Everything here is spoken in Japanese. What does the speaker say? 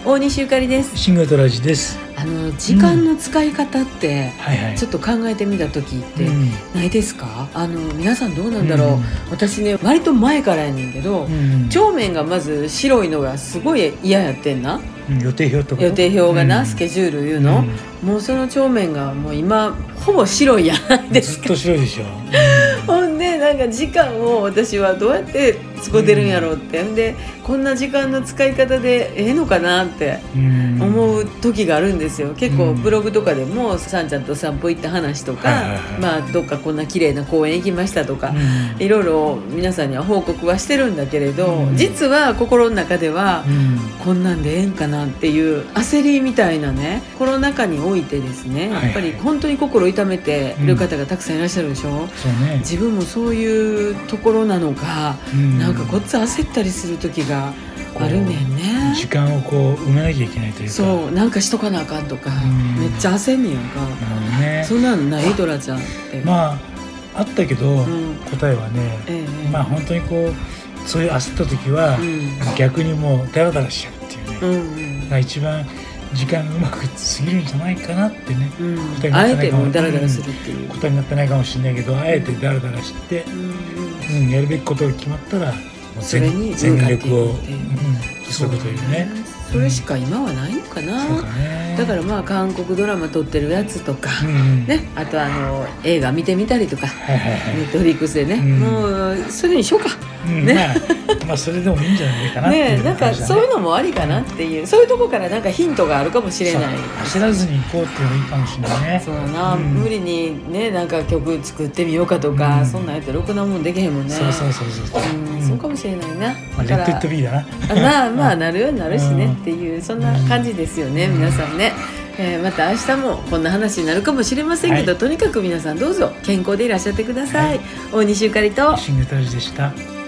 大西ゆかりです。 シングトラジです。 時間の使い方って、ちょっと考えてみた時ってないですか？皆さんどうなんだろう、私ね割と前からやねんけど、帳面がまず白いのがすごい嫌やってんな、 予定表とか予定表がな、スケジュールいうの、もうその帳面がもう今ほぼ白いやないですか。 ずっと白いでしょ。 ほんでなんか時間を私はどうやって使ってるんやろうって、でこんな時間の使い方でええのかなって思う時があるんですよ。結構ブログとかでもさんちゃんと散歩行った話とか、どっかこんな綺麗な公園行きましたとか、いろいろ皆さんには報告はしてるんだけれど、実は心の中では、こんなんでええんかなっていう焦りみたいなね、コロナ禍においてですね、やっぱり本当に心痛めている方がたくさんいらっしゃるでしょ。自分もそういうところなのか、なんかこっつ焦ったりする時があるねんね。 時間をこう埋めなきゃいけないというか、 そうなんかしとかなあかんとか、めっちゃ焦んねやんか。そんなんない？ドラちゃんって。 あったけど、答えはね、本当にこうそういう焦った時は、逆にもうダラダラしちゃうっていうね、が一番時間がうまく過ぎるんじゃないかなってね、 あえてもうダラダラするっていう答えになってないかもしれないけど、あえてダラダラして、やるべきことが決まったらそれに全力を注ぐというね。 それしか今はないのかな。だから韓国ドラマ撮ってるやつとか、あと映画見てみたりとか、ネットフリックスでね、もうそれにしようか、 それでもいいんじゃないかなっていう、 なんかそういうのもありかなっていう、そういうとこからなんかヒントがあるかもしれない。 焦らずに行こうっていうのがいいかもしれないね。 そうだな、無理にねなんか曲作ってみようかとか、そんなんやってろくなもんできへんもんね。そうかもしれないな。 レッドイットビーだな。なるようになるしねっていう、そんな感じですよね、皆さんね。また明日もこんな話になるかもしれませんけど、とにかく皆さんどうぞ健康でいらっしゃってください。大西ゆかりとシングトラジでした。